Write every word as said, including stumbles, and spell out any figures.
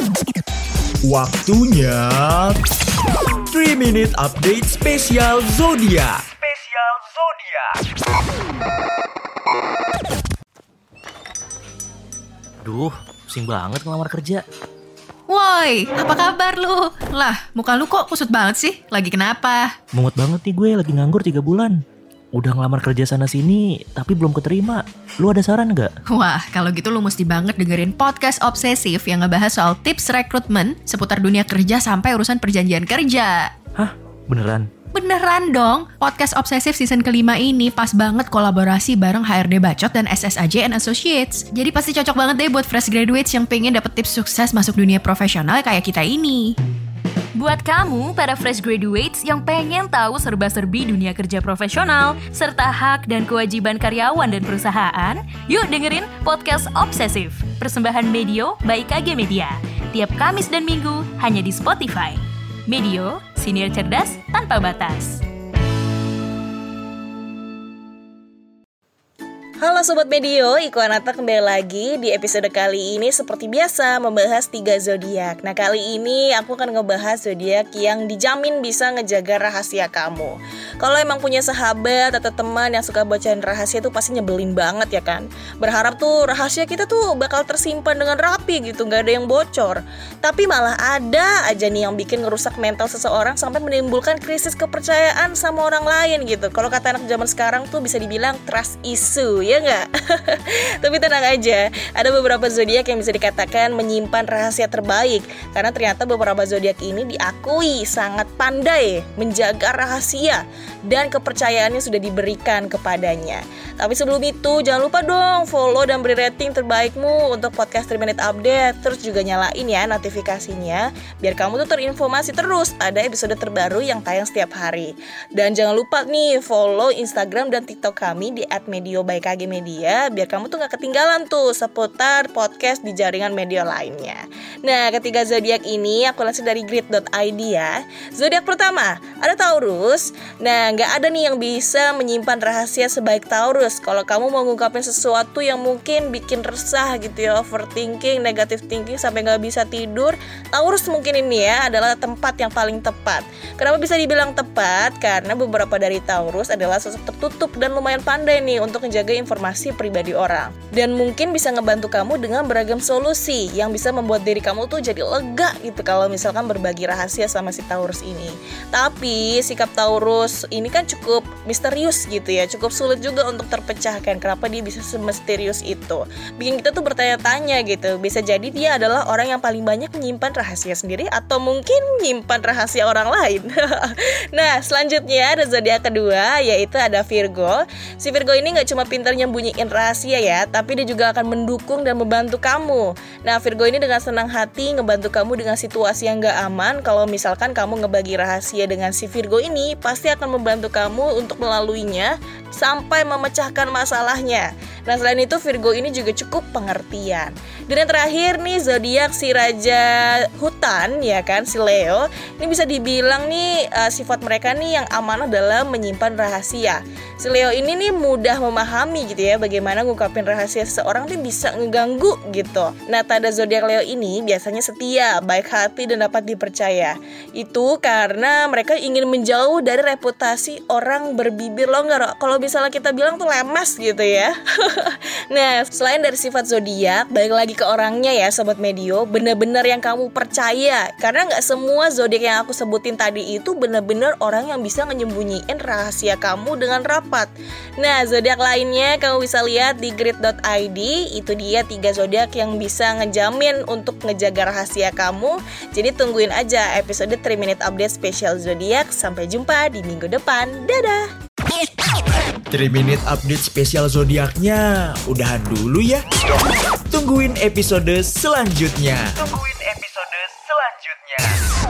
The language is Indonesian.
Waktunya three minute update spesial Zodiak. Spesial Zodiak. Duh, pusing banget ngelamar kerja. Woi, apa kabar lu? Lah, muka lu kok kusut banget sih? Lagi kenapa? Mumet banget nih gue, lagi nganggur tiga bulan. Udah ngelamar kerja sana-sini, tapi belum keterima. Lu ada saran gak? Wah, kalau gitu lu mesti banget dengerin podcast Obsesif yang ngebahas soal tips rekrutmen seputar dunia kerja sampai urusan perjanjian kerja. Hah? Beneran? Beneran dong, podcast Obsesif season kelima ini pas banget kolaborasi bareng H R D Bacot dan S S A J and Associates. Jadi pasti cocok banget deh buat fresh graduates yang pengen dapet tips sukses masuk dunia profesional kayak kita ini. Buat kamu, para fresh graduates yang pengen tahu serba-serbi dunia kerja profesional, serta hak dan kewajiban karyawan dan perusahaan, yuk dengerin podcast Obsesif, persembahan Medio by K G Media. Tiap Kamis dan Minggu, hanya di Spotify. Medio, siniar cerdas tanpa batas. Halo Sobat Medio, Iko Anata kembali lagi di episode kali ini seperti biasa membahas tiga zodiak. Nah kali ini aku akan ngebahas zodiak yang dijamin bisa ngejaga rahasia kamu. Kalau emang punya sahabat atau teman yang suka bocorin rahasia tuh pasti nyebelin banget ya kan. Berharap tuh rahasia kita tuh bakal tersimpan dengan rapi gitu, gak ada yang bocor. Tapi malah ada aja nih yang bikin ngerusak mental seseorang sampai menimbulkan krisis kepercayaan sama orang lain gitu. Kalau kata anak zaman sekarang tuh bisa dibilang trust issue ya. Ya nggak? Tapi tenang aja, ada beberapa zodiak yang bisa dikatakan menyimpan rahasia terbaik karena ternyata beberapa zodiak ini diakui sangat pandai menjaga rahasia dan kepercayaannya sudah diberikan kepadanya. Tapi sebelum itu jangan lupa dong follow dan beri rating terbaikmu untuk podcast three minute update. Terus juga nyalain ya notifikasinya biar kamu tuh terinformasi terus pada episode terbaru yang tayang setiap hari. Dan jangan lupa nih follow Instagram dan TikTok kami di at medio by K G Media biar kamu tuh gak ketinggalan tuh seputar podcast di jaringan media lainnya. Nah ketiga zodiak ini aku langsung dari grid dot i d ya. Zodiak pertama ada Taurus. Nah gak ada nih yang bisa menyimpan rahasia sebaik Taurus. Kalau kamu mau ngungkapin sesuatu yang mungkin bikin resah gitu ya, overthinking, negative thinking sampai gak bisa tidur, Taurus mungkin ini ya adalah tempat yang paling tepat. Kenapa bisa dibilang tepat? Karena beberapa dari Taurus adalah sosok tertutup dan lumayan pandai nih untuk menjaga informasi pribadi orang. Dan mungkin bisa ngebantu kamu dengan beragam solusi yang bisa membuat diri kamu tuh jadi lega gitu kalau misalkan berbagi rahasia sama si Taurus ini. Tapi sikap Taurus ini kan cukup misterius gitu ya, cukup sulit juga untuk terpecahkan kenapa dia bisa semisterius itu. Bikin kita tuh bertanya-tanya gitu, bisa jadi dia adalah orang yang paling banyak menyimpan rahasia sendiri atau mungkin menyimpan rahasia orang lain. Nah selanjutnya ada zodiak kedua yaitu ada Virgo. Si Virgo ini gak cuma pintar nyembunyiin rahasia ya, tapi dia juga akan mendukung dan membantu kamu. Nah Virgo ini dengan senang hati ngebantu kamu dengan situasi yang gak aman. Kalau misalkan kamu ngebagi rahasia dengan si Virgo ini, pasti akan membantu kamu untuk melaluinya sampai memecahkan masalahnya. Nah selain itu Virgo ini juga cukup pengertian. Dan yang terakhir nih zodiak si Raja Hutan ya kan, si Leo. Ini bisa dibilang nih uh, sifat mereka nih yang amanah dalam menyimpan rahasia. Si Leo ini nih mudah memahami gitu ya bagaimana ngungkapin rahasia seseorang tuh bisa ngeganggu gitu. Nah tanda zodiak Leo ini biasanya setia, baik hati dan dapat dipercaya. Itu karena mereka ingin menjauh dari reputasi orang berbibir longgar. Kalau misalnya kita bilang tuh lemes gitu ya. Nah selain dari sifat zodiak, balik lagi ke orangnya ya Sobat Medio, bener-bener yang kamu percaya. Karena gak semua zodiak yang aku sebutin tadi itu bener-bener orang yang bisa nyembunyiin rahasia kamu dengan rapat. Nah zodiak lainnya kamu bisa lihat di grid dot i d. Itu dia tiga zodiak yang bisa ngejamin untuk ngejaga rahasia kamu. Jadi tungguin aja episode three minute update spesial zodiak. Sampai jumpa di minggu depan. Dadah. three minute update spesial zodiaknya udahan dulu ya. Tungguin episode selanjutnya. Tungguin episode selanjutnya.